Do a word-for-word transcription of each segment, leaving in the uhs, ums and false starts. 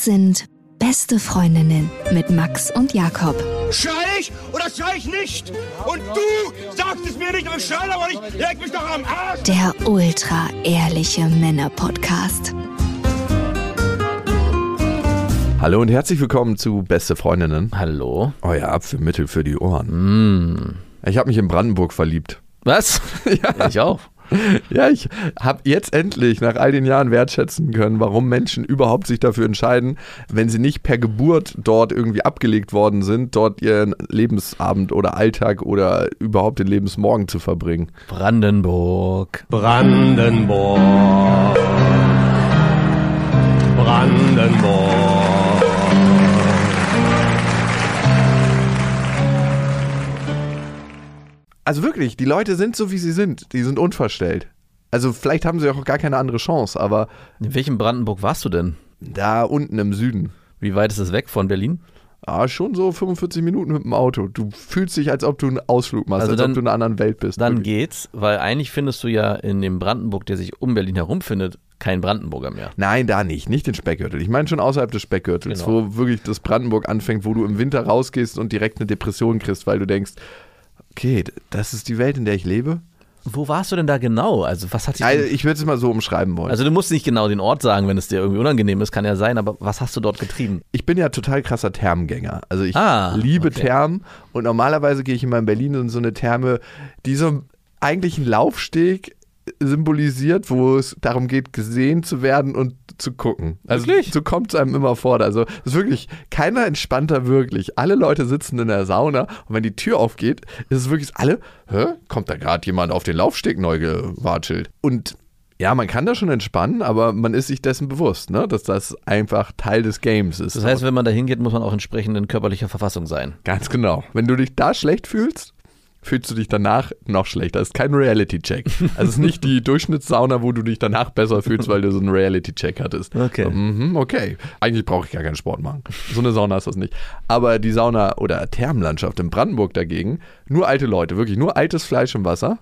Das sind Beste Freundinnen mit Max und Jakob. Schrei ich oder schrei ich nicht? Und du sagst es mir nicht, aber ich schrei aber nicht. Leg mich doch am Arsch. Der ultra-ehrliche Männer-Podcast. Hallo und herzlich willkommen zu Beste Freundinnen. Hallo. Euer Abführmittel für die Ohren. Mm. Ich habe mich in Brandenburg verliebt. Was? Ja. Ich auch. Ja, ich habe jetzt endlich nach all den Jahren wertschätzen können, warum Menschen überhaupt sich dafür entscheiden, wenn sie nicht per Geburt dort irgendwie abgelegt worden sind, dort ihren Lebensabend oder Alltag oder überhaupt den Lebensmorgen zu verbringen. Brandenburg. Brandenburg. Brandenburg. Also wirklich, die Leute sind so, wie sie sind. Die sind unverstellt. Also vielleicht haben sie auch gar keine andere Chance, aber In welchem Brandenburg warst du denn? da unten im Süden, Wie weit ist es weg von Berlin? ah, schon so fünfundvierzig Minuten mit dem Auto. Du fühlst dich, als ob du einen Ausflug machst, Also als dann- ob du in einer anderen Welt bist. Dann Wirklich. geht's, weil eigentlich findest du ja in dem Brandenburg, der sich um Berlin herum findet, keinen Brandenburger mehr. Nein, da nicht. Nicht den Speckgürtel. Ich meine schon außerhalb des Speckgürtels, Genau. wo wirklich das Brandenburg anfängt, wo du im Winter rausgehst und direkt eine Depression kriegst, weil du denkst, okay, das ist die Welt, in der ich lebe. Wo warst du denn da genau? Also was hat sich Also, denn, ich würde es mal so umschreiben wollen. also du musst nicht genau den Ort sagen, wenn es dir irgendwie unangenehm ist, kann ja sein, aber was hast du dort getrieben? Ich bin ja total krasser Thermengänger. Also ich Ah, liebe okay. Thermen und normalerweise gehe ich immer in Berlin in so eine Therme, die so eigentlich einen Laufsteg symbolisiert, wo es darum geht, gesehen zu werden und zu gucken. Also Wirklich? so kommt es einem immer vor. Also es ist wirklich, keiner entspannter wirklich. Alle Leute sitzen in der Sauna und wenn die Tür aufgeht, ist es wirklich alle, hä, kommt da gerade jemand auf den Laufsteg neu gewatschelt. Und ja, man kann da schon entspannen, aber man ist sich dessen bewusst, ne, dass das einfach Teil des Games ist. Das heißt, wenn man da hingeht, muss man auch entsprechend in körperlicher Verfassung sein. Ganz genau. Wenn du dich da schlecht fühlst, fühlst du dich danach noch schlechter. Das ist kein Reality-Check. Also es ist nicht die Durchschnittssauna, wo du dich danach besser fühlst, weil du so einen Reality-Check hattest. Okay. So, mhm, okay. Eigentlich brauche ich gar keinen Sport machen. So eine Sauna ist das nicht. Aber die Sauna- oder Thermenlandschaft in Brandenburg dagegen, nur alte Leute, wirklich nur altes Fleisch im Wasser.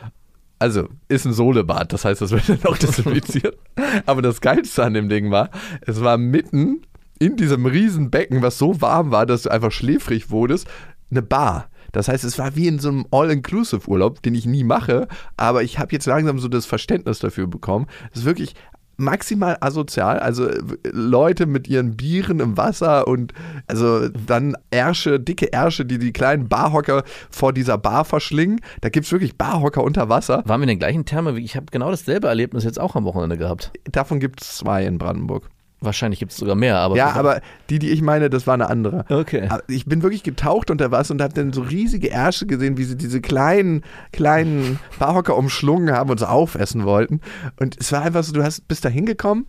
Also, ist ein Sohlebad, das heißt, das wird dann auch desinfiziert. Aber das Geilste an dem Ding war, es war mitten in diesem riesen Becken, was so warm war, dass du einfach schläfrig wurdest, eine Bar. Das heißt, es war wie in so einem All-Inclusive-Urlaub, den ich nie mache, aber ich habe jetzt langsam so das Verständnis dafür bekommen. Es ist wirklich maximal asozial, also äh, Leute mit ihren Bieren im Wasser und also dann Ärsche, dicke Ärsche, die die kleinen Barhocker vor dieser Bar verschlingen. Da gibt es wirklich Barhocker unter Wasser. Waren wir in den gleichen Therme? Ich habe genau dasselbe Erlebnis jetzt auch am Wochenende gehabt. Davon gibt es zwei in Brandenburg. Wahrscheinlich gibt es sogar mehr, aber... Ja, aber die, die ich meine, das war eine andere. Okay. Aber ich bin wirklich getaucht unter Wasser und habe dann so riesige Ärsche gesehen, wie sie diese kleinen, kleinen Barhocker umschlungen haben und so aufessen wollten. Und es war einfach so, du hast, bist da hingekommen.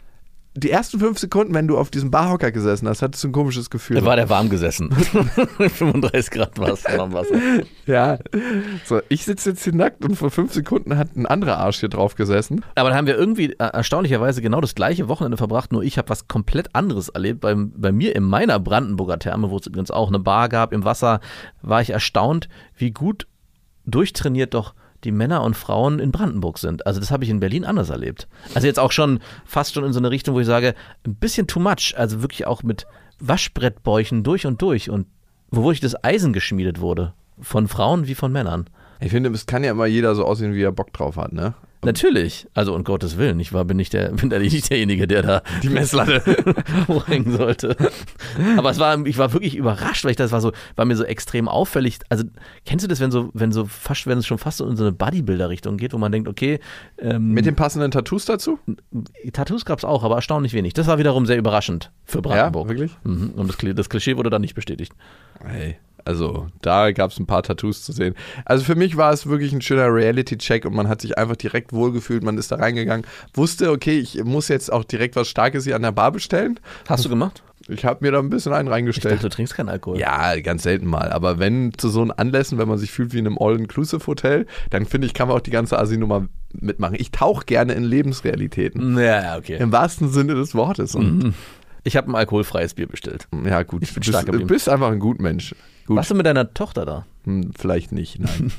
Die ersten fünf Sekunden, wenn du auf diesem Barhocker gesessen hast, hattest du ein komisches Gefühl. Da war der warm gesessen. fünfunddreißig Grad war es am Wasser. Ja. So, ich sitze jetzt hier nackt und vor fünf Sekunden hat ein anderer Arsch hier drauf gesessen. Aber dann haben wir irgendwie äh, erstaunlicherweise genau das gleiche Wochenende verbracht, nur ich habe was komplett anderes erlebt. Bei, bei mir in meiner Brandenburger Therme, wo es übrigens auch eine Bar gab im Wasser, war ich erstaunt, wie gut durchtrainiert doch die Männer und Frauen in Brandenburg sind. Also das habe ich in Berlin anders erlebt. Also jetzt auch schon fast schon in so eine Richtung, wo ich sage, ein bisschen too much. Also wirklich auch mit Waschbrettbäuchen durch und durch und wo wirklich das Eisen geschmiedet wurde. Von Frauen wie von Männern. Ich finde, es kann ja immer jeder so aussehen, wie er Bock drauf hat, ne? Natürlich, also um Gottes Willen, ich war, bin nicht der, bin da nicht derjenige, der da die Messlatte hochhängen sollte. Aber es war, ich war wirklich überrascht, weil ich das war so, war mir so extrem auffällig. Also kennst du das, wenn so, wenn so fast, wenn es schon fast so in so eine Bodybuilder-Richtung geht, wo man denkt, okay, ähm, Mit den passenden Tattoos dazu? Tattoos gab es auch, aber erstaunlich wenig. Das war wiederum sehr überraschend für Brandenburg. Ja, wirklich? Mhm. Und das, Kli- das Klischee wurde dann nicht bestätigt. Hey. Also da gab es ein paar Tattoos zu sehen. Also für mich war es wirklich ein schöner Reality-Check und man hat sich einfach direkt wohlgefühlt. Man ist da reingegangen, wusste, okay, ich muss jetzt auch direkt was Starkes hier an der Bar bestellen. Hast du gemacht? Ich habe mir da ein bisschen einen Ich reingestellt. dachte, du trinkst keinen Alkohol. Ja, ganz selten mal. Aber wenn zu so einem Anlässen, wenn man sich fühlt wie in einem All-Inclusive-Hotel, dann finde ich, kann man auch die ganze Asi-Nummer mitmachen. Ich tauche gerne in Lebensrealitäten. Ja, okay. Im wahrsten Sinne des Wortes. Und Mhm. Ich habe ein alkoholfreies Bier bestellt. ja, gut. Ich bin du stark bist, geblieben. bist einfach ein Gutmensch. Gut. Warst du mit deiner Tochter da? Hm, vielleicht nicht, nein.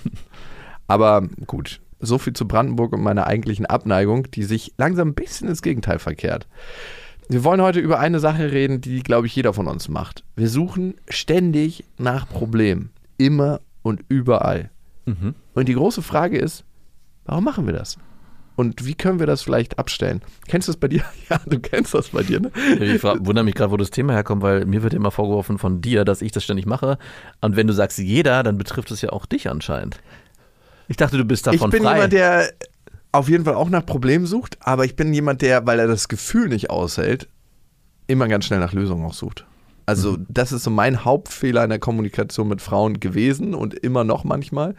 Aber gut, so viel zu Brandenburg und meiner eigentlichen Abneigung, die sich langsam ein bisschen ins Gegenteil verkehrt. Wir wollen heute über eine Sache reden, die, glaube ich, jeder von uns macht. Wir suchen ständig nach Problemen. Immer und überall. Mhm. Und die große Frage ist, warum machen wir das? Und wie können wir das vielleicht abstellen? Kennst du das bei dir? Ja, du kennst das bei dir, ne? Ich fra- wundere mich gerade, wo das Thema herkommt, weil mir wird immer vorgeworfen von dir, dass ich das ständig mache. Und wenn du sagst jeder, dann betrifft es ja auch dich anscheinend. Ich dachte, du bist davon frei. Ich bin jemand, der auf jeden Fall auch nach Problemen sucht, aber ich bin jemand, der, weil er das Gefühl nicht aushält, immer ganz schnell nach Lösungen auch sucht. Also mhm. das ist so mein Hauptfehler in der Kommunikation mit Frauen gewesen und immer noch manchmal,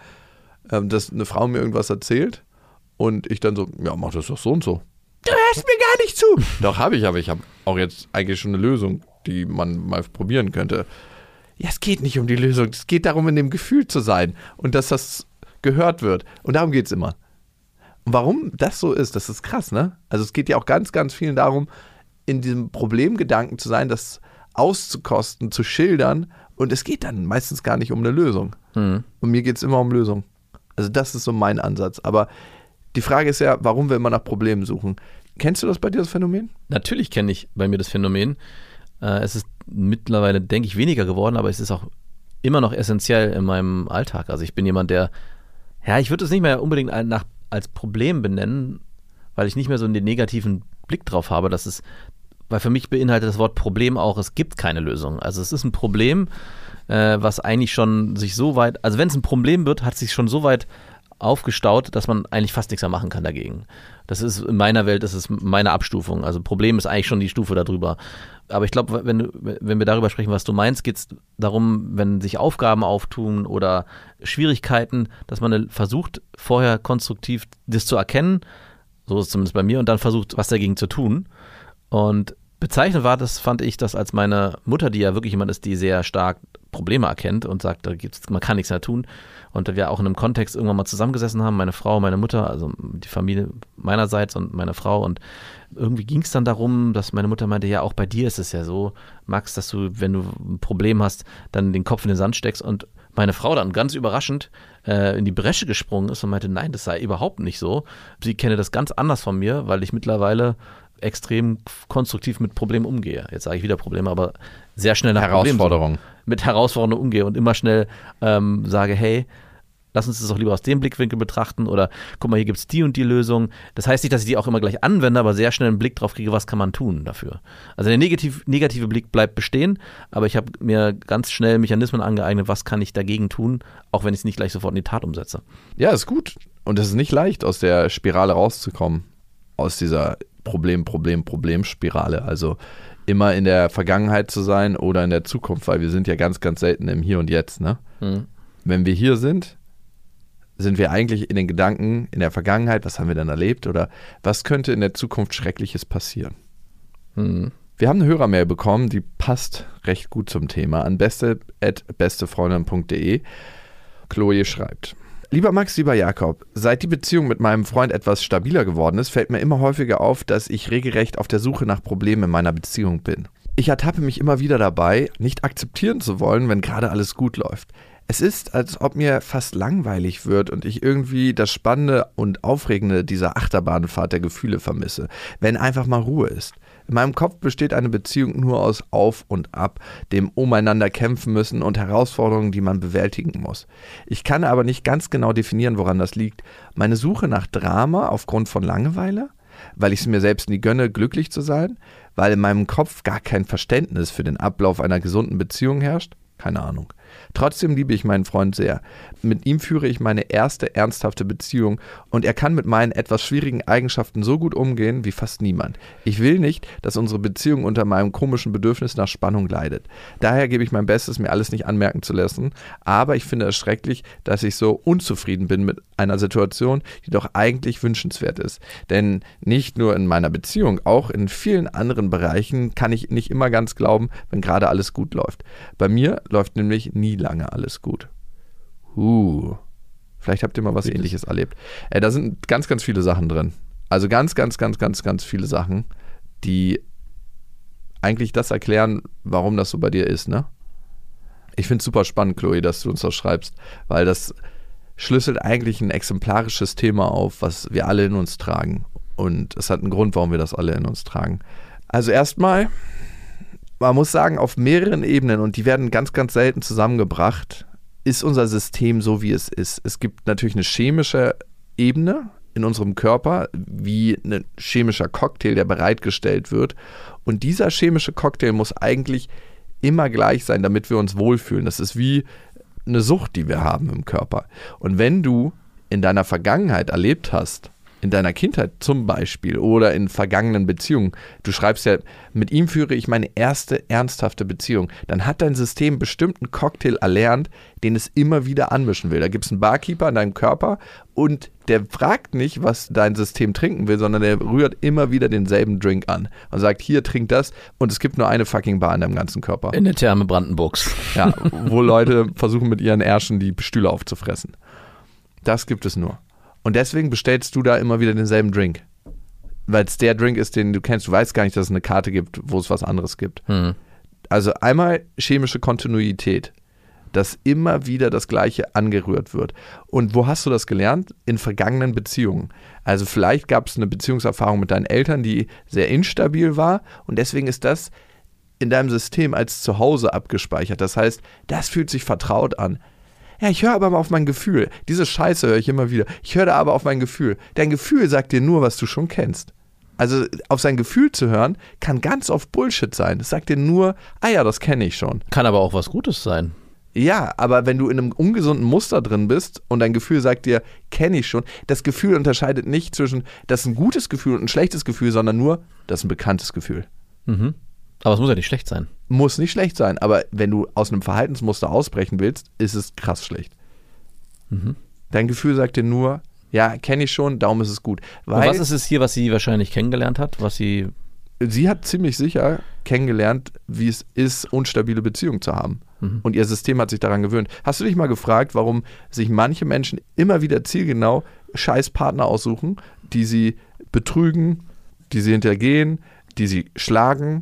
dass eine Frau mir irgendwas erzählt und ich dann so, ja, mach das doch so und so. Du hörst mir gar nicht zu. Doch, habe ich, aber ich habe auch jetzt eigentlich schon eine Lösung, die man mal probieren könnte. Ja, es geht nicht um die Lösung, es geht darum, in dem Gefühl zu sein und dass das gehört wird. Und darum geht es immer. Und warum das so ist, das ist krass, ne? Also es geht ja auch ganz, ganz vielen darum, in diesem Problemgedanken zu sein, das auszukosten, zu schildern und es geht dann meistens gar nicht um eine Lösung. Mhm. Und mir geht es immer um Lösung. Also das ist so mein Ansatz. Aber die Frage ist ja, warum wir immer nach Problemen suchen. Kennst du das bei dir, das Phänomen? Natürlich kenne ich bei mir das Phänomen. Äh, es ist mittlerweile, denke ich, weniger geworden, aber es ist auch immer noch essentiell in meinem Alltag. Also ich bin jemand, der, ja, ich würde es nicht mehr unbedingt nach, als Problem benennen, weil ich nicht mehr so den negativen Blick drauf habe, dass es, weil für mich beinhaltet das Wort Problem auch, es gibt keine Lösung. Also es ist ein Problem, äh, was eigentlich schon sich so weit, also wenn es ein Problem wird, hat es sich schon so weit aufgestaut, dass man eigentlich fast nichts mehr machen kann dagegen. Das ist in meiner Welt, das ist meine Abstufung. Also Problem ist eigentlich schon die Stufe darüber. Aber ich glaube, wenn, wenn wir darüber sprechen, was du meinst, geht es darum, wenn sich Aufgaben auftun oder Schwierigkeiten, dass man versucht, vorher konstruktiv das zu erkennen, so ist es zumindest bei mir, und dann versucht, was dagegen zu tun. Und bezeichnend war das, fand ich, dass als meine Mutter, die ja wirklich jemand ist, die sehr stark Probleme erkennt und sagt, da gibt's, man kann nichts mehr tun, und wir auch in einem Kontext irgendwann mal zusammengesessen haben, meine Frau, meine Mutter, also die Familie meinerseits und meine Frau, und irgendwie ging es dann darum, dass meine Mutter meinte, ja, auch bei dir ist es ja so, Max, dass du, wenn du ein Problem hast, dann den Kopf in den Sand steckst, und meine Frau dann ganz überraschend äh, in die Bresche gesprungen ist und meinte, nein, das sei überhaupt nicht so. Sie kenne das ganz anders von mir, weil ich mittlerweile extrem konstruktiv mit Problemen umgehe. Jetzt sage ich wieder Probleme, aber sehr schnell nach Herausforderungen. Problemen, mit Herausforderungen umgehe und immer schnell ähm, sage, hey, lass uns das doch lieber aus dem Blickwinkel betrachten, oder guck mal, hier gibt es die und die Lösung. Das heißt nicht, dass ich die auch immer gleich anwende, aber sehr schnell einen Blick drauf kriege, was kann man tun dafür. Also der negativ, negative Blick bleibt bestehen, aber ich habe mir ganz schnell Mechanismen angeeignet, was kann ich dagegen tun, auch wenn ich es nicht gleich sofort in die Tat umsetze. Ja, ist gut. Und es ist nicht leicht, aus der Spirale rauszukommen, aus dieser Problem, Problem, Problem-Spirale. Also immer in der Vergangenheit zu sein oder in der Zukunft, weil wir sind ja ganz, ganz selten im Hier und Jetzt. Ne? Mhm. Wenn wir hier sind, sind wir eigentlich in den Gedanken in der Vergangenheit, was haben wir denn erlebt oder was könnte in der Zukunft Schreckliches passieren. Mhm. Wir haben eine Hörermail bekommen, die passt recht gut zum Thema, an beste at bestefreundin punkt de. Chloe schreibt: Lieber Max, lieber Jakob, seit die Beziehung mit meinem Freund etwas stabiler geworden ist, fällt mir immer häufiger auf, dass ich regelrecht auf der Suche nach Problemen in meiner Beziehung bin. Ich ertappe mich immer wieder dabei, nicht akzeptieren zu wollen, wenn gerade alles gut läuft. Es ist, als ob mir fast langweilig wird und ich irgendwie das Spannende und Aufregende dieser Achterbahnfahrt der Gefühle vermisse, wenn einfach mal Ruhe ist. In meinem Kopf besteht eine Beziehung nur aus Auf und Ab, dem umeinander kämpfen müssen und Herausforderungen, die man bewältigen muss. Ich kann aber nicht ganz genau definieren, woran das liegt. Meine Suche nach Drama aufgrund von Langeweile? Weil ich es mir selbst nie gönne, glücklich zu sein? Weil in meinem Kopf gar kein Verständnis für den Ablauf einer gesunden Beziehung herrscht? Keine Ahnung. Trotzdem liebe ich meinen Freund sehr. Mit ihm führe ich meine erste ernsthafte Beziehung und er kann mit meinen etwas schwierigen Eigenschaften so gut umgehen wie fast niemand. Ich will nicht, dass unsere Beziehung unter meinem komischen Bedürfnis nach Spannung leidet. Daher gebe ich mein Bestes, mir alles nicht anmerken zu lassen, aber ich finde es schrecklich, dass ich so unzufrieden bin mit einer Situation, die doch eigentlich wünschenswert ist. Denn nicht nur in meiner Beziehung, auch in vielen anderen Bereichen kann ich nicht immer ganz glauben, wenn gerade alles gut läuft. Bei mir läuft nämlich nie lange alles gut. Uh, vielleicht habt ihr mal was Bitte. Ähnliches erlebt. Äh, da sind ganz, ganz viele Sachen drin. Also ganz, ganz, ganz, ganz, ganz viele Sachen, die eigentlich das erklären, warum das so bei dir ist, ne? Ich finde es super spannend, Chloe, dass du uns das schreibst, weil das schlüsselt eigentlich ein exemplarisches Thema auf, was wir alle in uns tragen. Und es hat einen Grund, warum wir das alle in uns tragen. Also erstmal, man muss sagen, auf mehreren Ebenen, und die werden ganz, ganz selten zusammengebracht, ist unser System so, wie es ist. Es gibt natürlich eine chemische Ebene in unserem Körper, wie ein chemischer Cocktail, der bereitgestellt wird. Und dieser chemische Cocktail muss eigentlich immer gleich sein, damit wir uns wohlfühlen. Das ist wie eine Sucht, die wir haben im Körper. Und wenn du in deiner Vergangenheit erlebt hast, in deiner Kindheit zum Beispiel oder in vergangenen Beziehungen, du schreibst ja, mit ihm führe ich meine erste ernsthafte Beziehung, dann hat dein System bestimmt einen Cocktail erlernt, den es immer wieder anmischen will. Da gibt es einen Barkeeper in deinem Körper und der fragt nicht, was dein System trinken will, sondern der rührt immer wieder denselben Drink an und sagt, hier, trink das, und es gibt nur eine fucking Bar in deinem ganzen Körper. In der Therme Brandenburgs. Ja, wo Leute versuchen mit ihren Ärschen die Stühle aufzufressen. Das gibt es nur. Und deswegen bestellst du da immer wieder denselben Drink. Weil es der Drink ist, den du kennst. Du weißt gar nicht, dass es eine Karte gibt, wo es was anderes gibt. Hm. Also einmal chemische Kontinuität. Dass immer wieder das Gleiche angerührt wird. Und wo hast du das gelernt? In vergangenen Beziehungen. Also vielleicht gab es eine Beziehungserfahrung mit deinen Eltern, die sehr instabil war. Und deswegen ist das in deinem System als Zuhause abgespeichert. Das heißt, das fühlt sich vertraut an. Ja, ich höre aber mal auf mein Gefühl. Diese Scheiße höre ich immer wieder. Ich höre da aber auf mein Gefühl. Dein Gefühl sagt dir nur, was du schon kennst. Also auf sein Gefühl zu hören, kann ganz oft Bullshit sein. Es sagt dir nur, ah ja, das kenne ich schon. Kann aber auch was Gutes sein. Ja, aber wenn du in einem ungesunden Muster drin bist und dein Gefühl sagt dir, kenne ich schon, das Gefühl unterscheidet nicht zwischen, das ist ein gutes Gefühl und ein schlechtes Gefühl, sondern nur, das ist ein bekanntes Gefühl. Mhm. Aber es muss ja nicht schlecht sein. Muss nicht schlecht sein, aber wenn du aus einem Verhaltensmuster ausbrechen willst, ist es krass schlecht. Mhm. Dein Gefühl sagt dir nur, ja, kenne ich schon, darum ist es gut. Weil Und was ist es hier, was sie wahrscheinlich kennengelernt hat, was sie... Sie hat ziemlich sicher kennengelernt, wie es ist, unstabile Beziehungen zu haben. Mhm. Und ihr System hat sich daran gewöhnt. Hast du dich mal gefragt, warum sich manche Menschen immer wieder zielgenau scheiß Partner aussuchen, die sie betrügen, die sie hintergehen, die sie schlagen,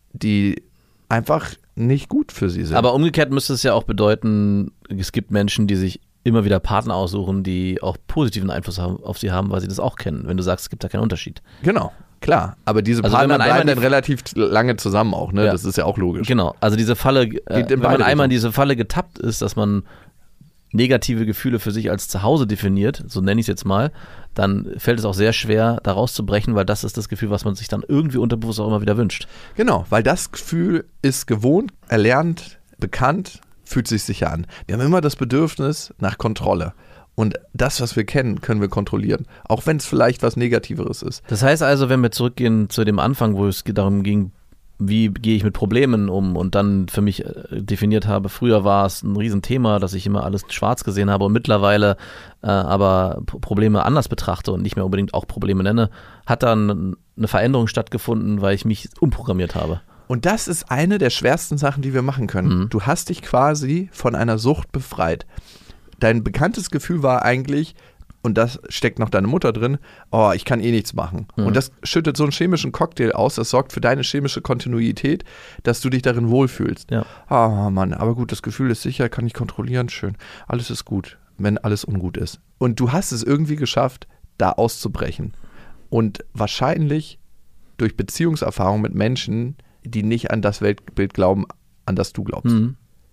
die einfach nicht gut für sie sind? Aber umgekehrt müsste es ja auch bedeuten, es gibt Menschen, die sich immer wieder Partner aussuchen, die auch positiven Einfluss haben, auf sie haben, weil sie das auch kennen. Wenn du sagst, es gibt da keinen Unterschied. Genau, klar. Aber diese Also Partner wenn man bleiben einmal dann relativ lange zusammen auch, ne? Ja. Das ist ja auch logisch. Genau, also diese Falle, äh, wenn man beide einmal in Richtungen. diese Falle getappt ist, dass man negative Gefühle für sich als Zuhause definiert, so nenne ich es jetzt mal, dann fällt es auch sehr schwer, da rauszubrechen, weil das ist das Gefühl, was man sich dann irgendwie unterbewusst auch immer wieder wünscht. Genau, weil das Gefühl ist gewohnt, erlernt, bekannt, fühlt sich sicher an. Wir haben immer das Bedürfnis nach Kontrolle. Und das, was wir kennen, können wir kontrollieren. Auch wenn es vielleicht was Negativeres ist. Das heißt also, wenn wir zurückgehen zu dem Anfang, wo es darum ging, wie gehe ich mit Problemen um, und dann für mich definiert habe, früher war es ein Riesenthema, dass ich immer alles schwarz gesehen habe und mittlerweile äh, aber Probleme anders betrachte und nicht mehr unbedingt auch Probleme nenne, hat dann eine Veränderung stattgefunden, weil ich mich umprogrammiert habe. Und das ist eine der schwersten Sachen, die wir machen können. Mhm. Du hast dich quasi von einer Sucht befreit. Dein bekanntes Gefühl war eigentlich, und das steckt noch deine Mutter drin, oh, ich kann eh nichts machen. Mhm. Und das schüttet so einen chemischen Cocktail aus, das sorgt für deine chemische Kontinuität, dass du dich darin wohlfühlst. Ja. Ah, Mann, aber gut, das Gefühl ist sicher, kann ich kontrollieren, schön. Alles ist gut, wenn alles ungut ist. Und du hast es irgendwie geschafft, da auszubrechen. Und wahrscheinlich durch Beziehungserfahrung mit Menschen, die nicht an das Weltbild glauben, an das du glaubst. Mhm.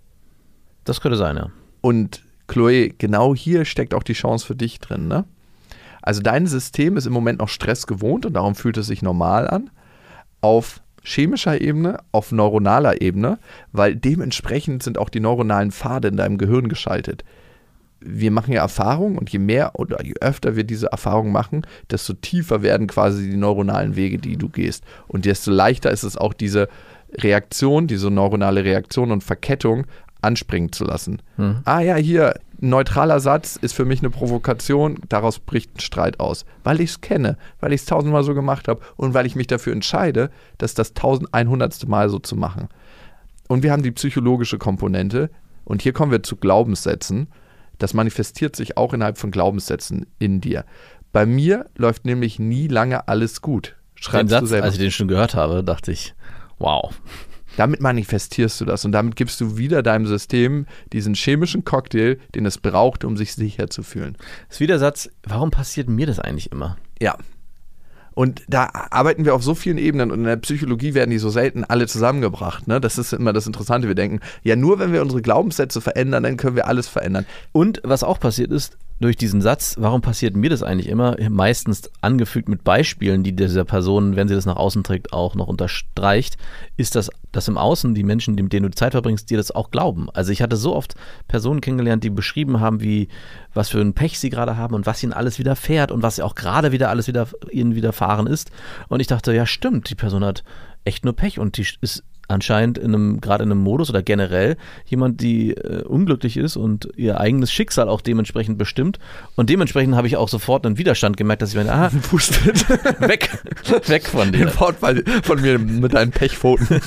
Das könnte sein, ja. Und Chloe, genau hier steckt auch die Chance für dich drin, ne? Also dein System ist im Moment noch Stress gewohnt und darum fühlt es sich normal an. Auf chemischer Ebene, auf neuronaler Ebene, weil dementsprechend sind auch die neuronalen Pfade in deinem Gehirn geschaltet. Wir machen ja Erfahrungen und je mehr oder je öfter wir diese Erfahrungen machen, desto tiefer werden quasi die neuronalen Wege, die du gehst. Und desto leichter ist es auch, diese Reaktion, diese neuronale Reaktion und Verkettung anspringen zu lassen. Mhm. Ah ja, hier, ein neutraler Satz ist für mich eine Provokation, daraus bricht ein Streit aus. Weil ich es kenne, weil ich es tausendmal so gemacht habe und weil ich mich dafür entscheide, das das tausendeinhundertste Mal so zu machen. Und wir haben die psychologische Komponente und hier kommen wir zu Glaubenssätzen. Das manifestiert sich auch innerhalb von Glaubenssätzen in dir. Bei mir läuft nämlich nie lange alles gut. Schreibst Den Satz, du selber. als ich den schon gehört habe, dachte ich, wow. Damit manifestierst du das und damit gibst du wieder deinem System diesen chemischen Cocktail, den es braucht, um sich sicher zu fühlen. Das ist wie der Satz, warum passiert mir das eigentlich immer? Ja. Und da arbeiten wir auf so vielen Ebenen und in der Psychologie werden die so selten alle zusammengebracht. Ne? Das ist immer das Interessante. Wir denken, ja, nur wenn wir unsere Glaubenssätze verändern, dann können wir alles verändern. Und was auch passiert ist, durch diesen Satz, warum passiert mir das eigentlich immer, meistens angefügt mit Beispielen, die dieser Person, wenn sie das nach außen trägt, auch noch unterstreicht, ist das, dass im Außen die Menschen, mit denen du Zeit verbringst, dir das auch glauben. Also ich hatte so oft Personen kennengelernt, die beschrieben haben, wie was für ein Pech sie gerade haben und was ihnen alles widerfährt und was auch gerade wieder alles wieder ihnen widerfahren ist. Und ich dachte, ja stimmt, die Person hat echt nur Pech und die ist anscheinend in einem, gerade in einem Modus oder generell jemand, die äh, unglücklich ist und ihr eigenes Schicksal auch dementsprechend bestimmt. Und dementsprechend habe ich auch sofort einen Widerstand gemerkt, dass ich meine, ah, Pustet. weg, weg von dir. Den Wortfall von mir mit deinen Pechpfoten.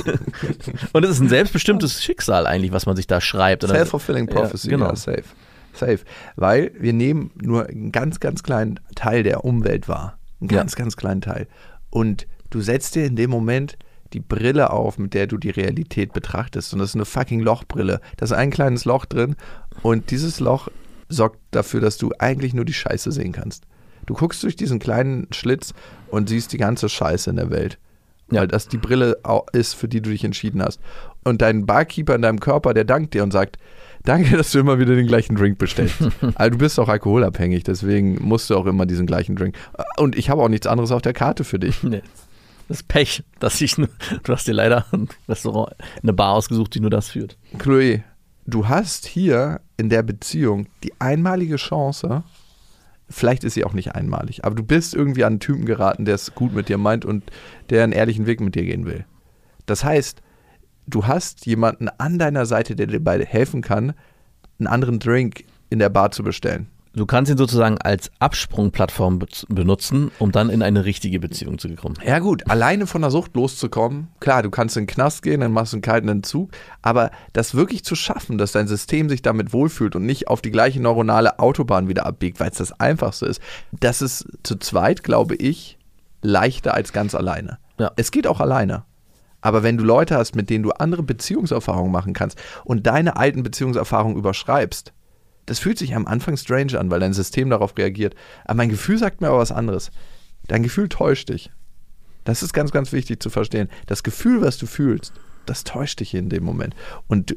Und es ist ein selbstbestimmtes Schicksal eigentlich, was man sich da schreibt. Self-fulfilling prophecy, ja, genau. Ja, safe. Safe. Weil wir nehmen nur einen ganz, ganz kleinen Teil der Umwelt wahr. Einen ganz, ja. ganz kleinen Teil. Und du setzt dir in dem Moment die Brille auf, mit der du die Realität betrachtest. Und das ist eine fucking Lochbrille. Da ist ein kleines Loch drin und dieses Loch sorgt dafür, dass du eigentlich nur die Scheiße sehen kannst. Du guckst durch diesen kleinen Schlitz und siehst die ganze Scheiße in der Welt. Ja. Weil das die Brille ist, für die du dich entschieden hast. Und dein Barkeeper in deinem Körper, der dankt dir und sagt, danke, dass du immer wieder den gleichen Drink bestellst. Also du bist auch alkoholabhängig, deswegen musst du auch immer diesen gleichen Drink. Und ich habe auch nichts anderes auf der Karte für dich. Nee. Das ist Pech, dass ich, du hast dir leider ein Restaurant, eine Bar ausgesucht, die nur das führt. Chloe, du hast hier in der Beziehung die einmalige Chance, vielleicht ist sie auch nicht einmalig, aber du bist irgendwie an einen Typen geraten, der es gut mit dir meint und der einen ehrlichen Weg mit dir gehen will. Das heißt, du hast jemanden an deiner Seite, der dir dabei helfen kann, einen anderen Drink in der Bar zu bestellen. Du kannst ihn sozusagen als Absprungplattform be- benutzen, um dann in eine richtige Beziehung zu kommen. Ja gut, alleine von der Sucht loszukommen, klar, du kannst in den Knast gehen, dann machst du einen kalten Entzug, aber das wirklich zu schaffen, dass dein System sich damit wohlfühlt und nicht auf die gleiche neuronale Autobahn wieder abbiegt, weil es das Einfachste ist, das ist zu zweit, glaube ich, leichter als ganz alleine. Ja. Es geht auch alleine. Aber wenn du Leute hast, mit denen du andere Beziehungserfahrungen machen kannst und deine alten Beziehungserfahrungen überschreibst, das fühlt sich am Anfang strange an, weil dein System darauf reagiert. Aber mein Gefühl sagt mir aber was anderes. Dein Gefühl täuscht dich. Das ist ganz, ganz wichtig zu verstehen. Das Gefühl, was du fühlst, das täuscht dich in dem Moment. Und du,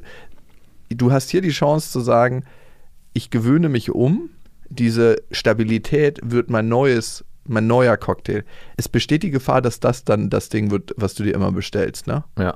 du hast hier die Chance zu sagen, ich gewöhne mich um, diese Stabilität wird mein neues, mein neuer Cocktail. Es besteht die Gefahr, dass das dann das Ding wird, was du dir immer bestellst, ne? Ja.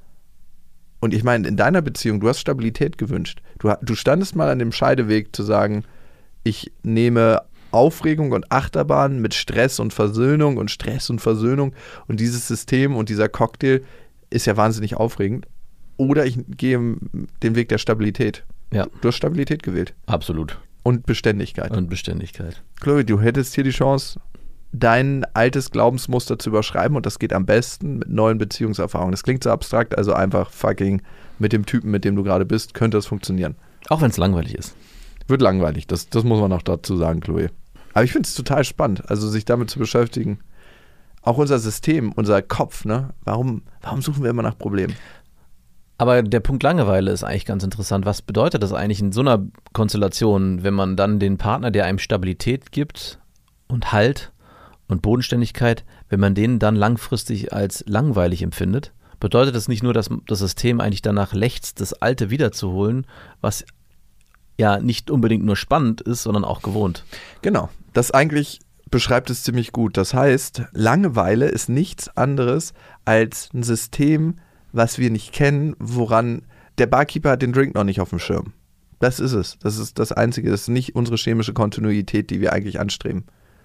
Und ich meine, in deiner Beziehung, du hast Stabilität gewünscht. Du, du standest mal an dem Scheideweg zu sagen, ich nehme Aufregung und Achterbahn mit Stress und Versöhnung und Stress und Versöhnung und dieses System und dieser Cocktail ist ja wahnsinnig aufregend. Oder ich gehe den Weg der Stabilität. Ja. Du hast Stabilität gewählt. Absolut. Und Beständigkeit. Und Beständigkeit. Chloe, du hättest hier die Chance, dein altes Glaubensmuster zu überschreiben und das geht am besten mit neuen Beziehungserfahrungen. Das klingt so abstrakt, also einfach fucking mit dem Typen, mit dem du gerade bist, könnte das funktionieren. Auch wenn es langweilig ist. Wird langweilig, das, das muss man auch dazu sagen, Chloe. Aber ich finde es total spannend, also sich damit zu beschäftigen. Auch unser System, unser Kopf, ne? Warum, warum suchen wir immer nach Problemen? Aber der Punkt Langeweile ist eigentlich ganz interessant. Was bedeutet das eigentlich in so einer Konstellation, wenn man dann den Partner, der einem Stabilität gibt und Halt und Bodenständigkeit, wenn man den dann langfristig als langweilig empfindet, bedeutet das nicht nur, dass das System eigentlich danach lechzt, das Alte wiederzuholen, was ja nicht unbedingt nur spannend ist, sondern auch gewohnt. Genau, das eigentlich beschreibt es ziemlich gut. Das heißt, Langeweile ist nichts anderes als ein System, was wir nicht kennen, woran der Barkeeper hat den Drink noch nicht auf dem Schirm. Das ist es. Das ist das Einzige. Das ist nicht unsere chemische Kontinuität, die wir eigentlich anstreben.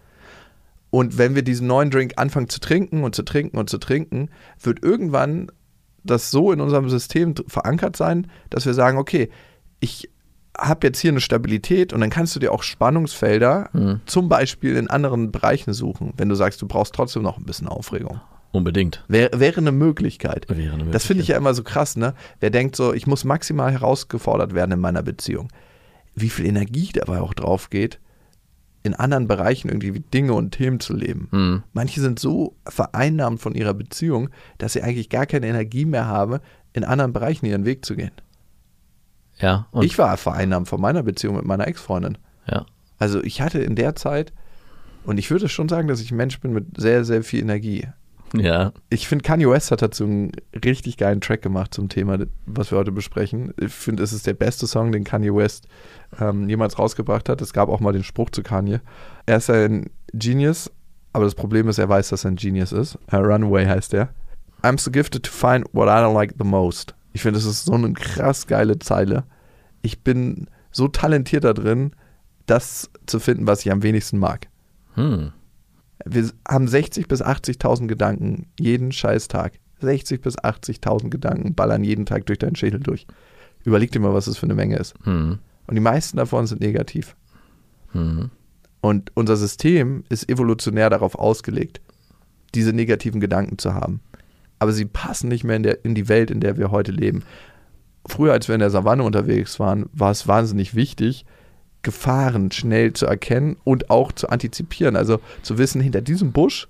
Und wenn wir diesen neuen Drink anfangen zu trinken und zu trinken und zu trinken, wird irgendwann das so in unserem System verankert sein, dass wir sagen, okay, ich habe jetzt hier eine Stabilität und dann kannst du dir auch Spannungsfelder mhm. zum Beispiel in anderen Bereichen suchen, wenn du sagst, du brauchst trotzdem noch ein bisschen Aufregung. Unbedingt. Wär, wäre eine Möglichkeit. Wäre eine Möglichkeit. Das finde ich ja immer so krass, ne? Wer denkt so, ich muss maximal herausgefordert werden in meiner Beziehung. Wie viel Energie dabei auch drauf geht, in anderen Bereichen irgendwie Dinge und Themen zu leben. Mhm. Manche sind so vereinnahmt von ihrer Beziehung, dass sie eigentlich gar keine Energie mehr haben, in anderen Bereichen ihren Weg zu gehen. Ja. Und ich war vereinnahmt von meiner Beziehung mit meiner Ex-Freundin. Ja. Also ich hatte in der Zeit Und ich würde schon sagen, dass ich ein Mensch bin mit sehr, sehr viel Energie. Ja. Ich finde, Kanye West hat dazu einen richtig geilen Track gemacht zum Thema, was wir heute besprechen. Ich finde, es ist der beste Song, den Kanye West ähm, jemals rausgebracht hat. Es gab auch mal den Spruch zu Kanye. Er ist ein Genius, aber das Problem ist, er weiß, dass er ein Genius ist. Uh, Runaway heißt er. I'm so gifted to find what I don't like the most. Ich finde, das ist so eine krass geile Zeile. Ich bin so talentiert da drin, das zu finden, was ich am wenigsten mag. Hm. Wir haben sechzig bis achtzigtausend Gedanken jeden scheiß Tag. sechzig bis achtzigtausend Gedanken ballern jeden Tag durch deinen Schädel durch. Überleg dir mal, was das für eine Menge ist. Hm. Und die meisten davon sind negativ. Hm. Und unser System ist evolutionär darauf ausgelegt, diese negativen Gedanken zu haben. Aber sie passen nicht mehr in, der, in die Welt, in der wir heute leben. Früher, als wir in der Savanne unterwegs waren, war es wahnsinnig wichtig, Gefahren schnell zu erkennen und auch zu antizipieren. Also zu wissen, hinter diesem Busch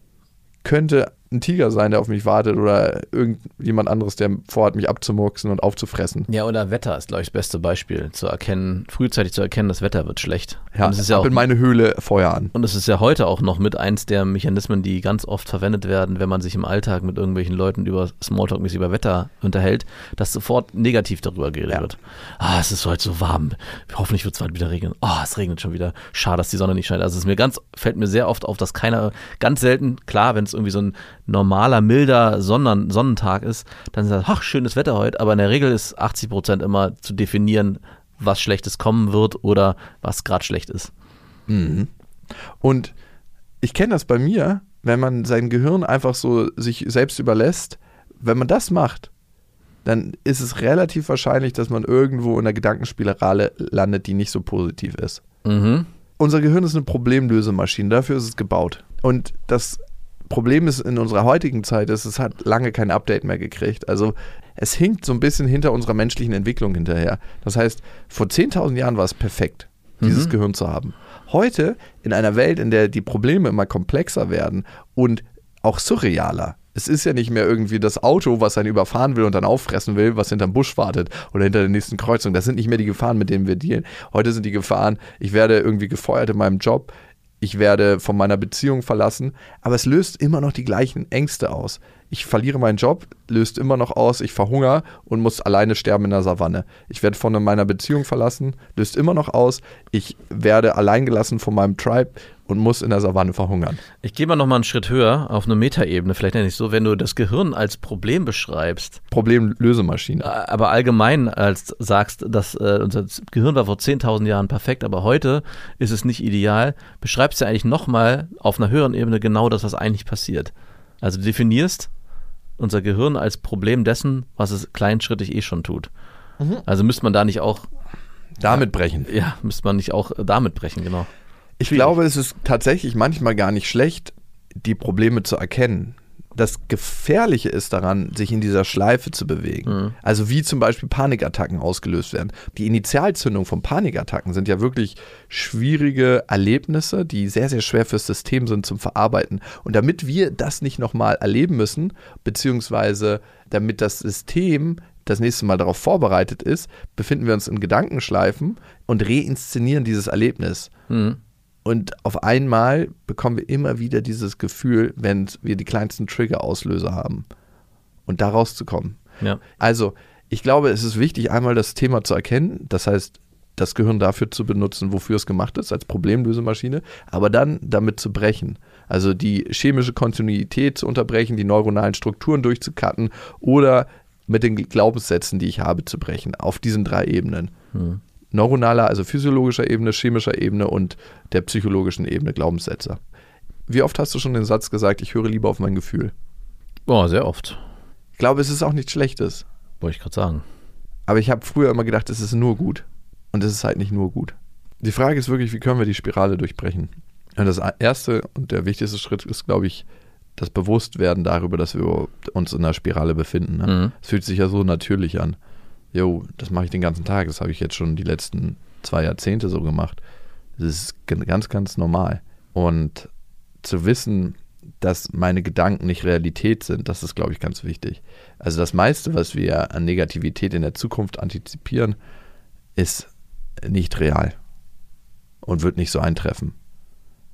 könnte ein Tiger sein, der auf mich wartet oder irgendjemand anderes, der vorhat, mich abzumurksen und aufzufressen. Ja, oder Wetter ist, glaube ich, das beste Beispiel. Zu erkennen, frühzeitig zu erkennen, das Wetter wird schlecht. Ja, und es ist ja ab auch, in meine Höhle Feuer an. Und es ist ja heute auch noch mit eins der Mechanismen, die ganz oft verwendet werden, wenn man sich im Alltag mit irgendwelchen Leuten über Smalltalk-mäßig über Wetter unterhält, dass sofort negativ darüber geredet Ja. wird. Ah, es ist heute so warm. Hoffentlich wird es bald wieder regnen. Ah, es regnet schon wieder. Schade, dass die Sonne nicht scheint. Also es ist mir ganz, fällt mir sehr oft auf, dass keiner, ganz selten, klar, wenn es irgendwie so ein normaler, milder Sonnen, Sonnentag ist, dann ist das, ach, schönes Wetter heute, aber in der Regel ist achtzig Prozent immer zu definieren, was Schlechtes kommen wird oder was gerade schlecht ist. Mhm. Und ich kenne das bei mir, wenn man sein Gehirn einfach so sich selbst überlässt, wenn man das macht, dann ist es relativ wahrscheinlich, dass man irgendwo in einer Gedankenspirale landet, die nicht so positiv ist. Mhm. Unser Gehirn ist eine Problemlösemaschine, dafür ist es gebaut. Und das Problem ist in unserer heutigen Zeit, ist, es hat lange kein Update mehr gekriegt. Also es hinkt so ein bisschen hinter unserer menschlichen Entwicklung hinterher. Das heißt, vor zehntausend Jahren war es perfekt, dieses Mhm. Gehirn zu haben. Heute, in einer Welt, in der die Probleme immer komplexer werden und auch surrealer. Es ist ja nicht mehr irgendwie das Auto, was einen überfahren will und dann auffressen will, was hinterm Busch wartet oder hinter der nächsten Kreuzung. Das sind nicht mehr die Gefahren, mit denen wir dealen. Heute sind die Gefahren, ich werde irgendwie gefeuert in meinem Job, ich werde von meiner Beziehung verlassen, aber es löst immer noch die gleichen Ängste aus. Ich verliere meinen Job, löst immer noch aus, ich verhungere und muss alleine sterben in der Savanne. Ich werde von meiner Beziehung verlassen, löst immer noch aus, ich werde alleingelassen von meinem Tribe und muss in der Savanne verhungern. Ich gehe mal noch mal einen Schritt höher auf eine Metaebene, vielleicht nenne ich es so, wenn du das Gehirn als Problem beschreibst, Problemlösemaschine. aber allgemein als sagst, dass äh, unser Gehirn war vor zehntausend Jahren perfekt, aber heute ist es nicht ideal, beschreibst du eigentlich nochmal auf einer höheren Ebene genau das, was eigentlich passiert. Also du definierst unser Gehirn als Problem dessen, was es kleinschrittig eh schon tut. Mhm. Also müsste man da nicht auch Damit brechen. Ja, müsste man nicht auch damit brechen, genau. Ich glaube, es ist tatsächlich manchmal gar nicht schlecht, die Probleme zu erkennen. Das Gefährliche ist daran, sich in dieser Schleife zu bewegen. Mhm. Also wie zum Beispiel Panikattacken ausgelöst werden. Die Initialzündung von Panikattacken sind ja wirklich schwierige Erlebnisse, die sehr, sehr schwer fürs System sind zum Verarbeiten. Und damit wir das nicht nochmal erleben müssen, beziehungsweise damit das System das nächste Mal darauf vorbereitet ist, befinden wir uns in Gedankenschleifen und reinszenieren dieses Erlebnis. Mhm. Und auf einmal bekommen wir immer wieder dieses Gefühl, wenn wir die kleinsten Trigger-Auslöser haben. Und da rauszukommen. Ja. Also, ich glaube, es ist wichtig, einmal das Thema zu erkennen. Das heißt, das Gehirn dafür zu benutzen, wofür es gemacht ist, als Problemlösemaschine. Aber dann damit zu brechen. Also die chemische Kontinuität zu unterbrechen, die neuronalen Strukturen durchzucutten oder mit den Glaubenssätzen, die ich habe, zu brechen. Auf diesen drei Ebenen. Hm. Neuronaler, also physiologischer Ebene, chemischer Ebene und der psychologischen Ebene, Glaubenssätze. Wie oft hast du schon den Satz gesagt, ich höre lieber auf mein Gefühl? Boah, sehr oft. Ich glaube, es ist auch nichts Schlechtes. Wollte ich gerade sagen. Aber ich habe früher immer gedacht, es ist nur gut. Und es ist halt nicht nur gut. Die Frage ist wirklich, wie können wir die Spirale durchbrechen? Und das erste und der wichtigste Schritt ist, glaube ich, das Bewusstwerden darüber, dass wir uns in einer Spirale befinden. Ne? Mhm. Es fühlt sich ja so natürlich an. Jo, das mache ich den ganzen Tag. Das habe ich jetzt schon die letzten zwei Jahrzehnte so gemacht. Das ist ganz, ganz normal. Und zu wissen, dass meine Gedanken nicht Realität sind, das ist, glaube ich, ganz wichtig. Also das meiste, was wir an Negativität in der Zukunft antizipieren, ist nicht real und wird nicht so eintreffen.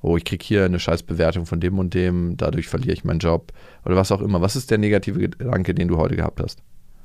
oh, ich kriege hier eine scheiß Bewertung von dem und dem, dadurch verliere ich meinen Job oder was auch immer. Was ist der negative Gedanke, den du heute gehabt hast?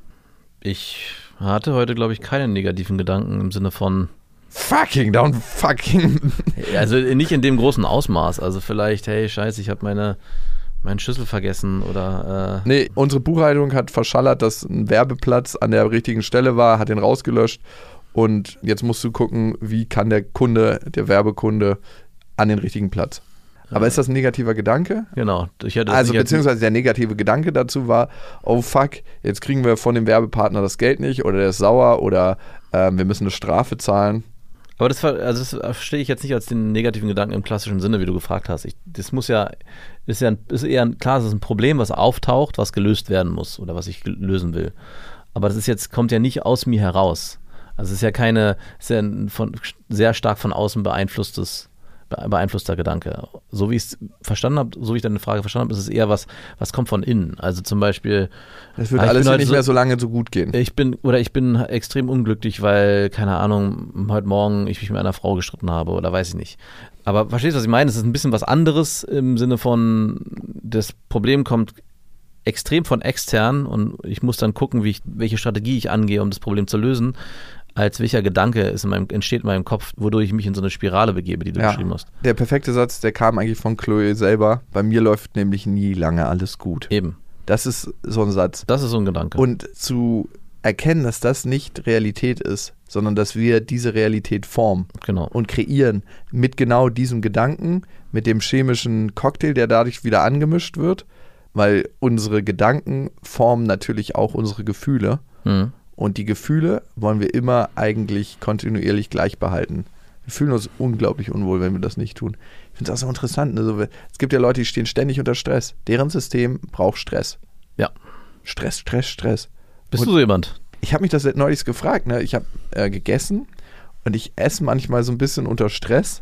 Ich hatte heute, glaube ich, keinen negativen Gedanken im Sinne von fucking down, fucking. Also nicht in dem großen Ausmaß. Also vielleicht, hey, scheiße, ich habe meine, meinen Schlüssel vergessen oder. Äh Nee, unsere Buchhaltung hat verschallert, dass ein Werbeplatz an der richtigen Stelle war, hat den rausgelöscht und jetzt musst du gucken, wie kann der Kunde, der Werbekunde an den richtigen Platz. Aber ist das ein negativer Gedanke? Genau. Ich hätte also beziehungsweise der negative Gedanke dazu war, oh fuck, jetzt kriegen wir von dem Werbepartner das Geld nicht oder der ist sauer oder ähm, wir müssen eine Strafe zahlen. Aber das, also das verstehe ich jetzt nicht als den negativen Gedanken im klassischen Sinne, wie du gefragt hast. Ich, das muss ja, ist ja ist eher ein, klar, es ist ein Problem, was auftaucht, was gelöst werden muss oder was ich lösen will. Aber das ist jetzt, kommt ja nicht aus mir heraus. Also es ist ja keine, ist ja ein von, sehr stark von außen beeinflusstes beeinflusster Gedanke. So wie ich es verstanden habe, so wie ich deine Frage verstanden habe, ist es eher was, was kommt von innen. Also zum Beispiel es wird alles nicht so, mehr so lange so gut gehen. Ich bin, oder ich bin extrem unglücklich, weil, keine Ahnung, heute Morgen ich mich mit einer Frau gestritten habe oder weiß ich nicht. Aber verstehst du, was ich meine? Es ist ein bisschen was anderes im Sinne von, das Problem kommt extrem von extern und ich muss dann gucken, wie ich, welche Strategie ich angehe, um das Problem zu lösen, als welcher Gedanke ist in meinem, entsteht in meinem Kopf, wodurch ich mich in so eine Spirale begebe, die du ja, beschrieben hast. Der perfekte Satz, der kam eigentlich von Chloe selber. Bei mir läuft nämlich nie lange alles gut. Eben. Das ist so ein Satz. Das ist so ein Gedanke. Und zu erkennen, dass das nicht Realität ist, sondern dass wir diese Realität formen genau. und kreieren mit genau diesem Gedanken, mit dem chemischen Cocktail, der dadurch wieder angemischt wird, weil unsere Gedanken formen natürlich auch unsere Gefühle. Mhm. Und die Gefühle wollen wir immer eigentlich kontinuierlich gleich behalten. Wir fühlen uns unglaublich unwohl, wenn wir das nicht tun. Ich finde es auch so interessant. Also, es gibt ja Leute, die stehen ständig unter Stress. Deren System braucht Stress. Ja. Stress, Stress, Stress. Bist und du so jemand? Ich habe mich das neulich gefragt. Ne? Ich habe äh, gegessen und ich esse manchmal so ein bisschen unter Stress,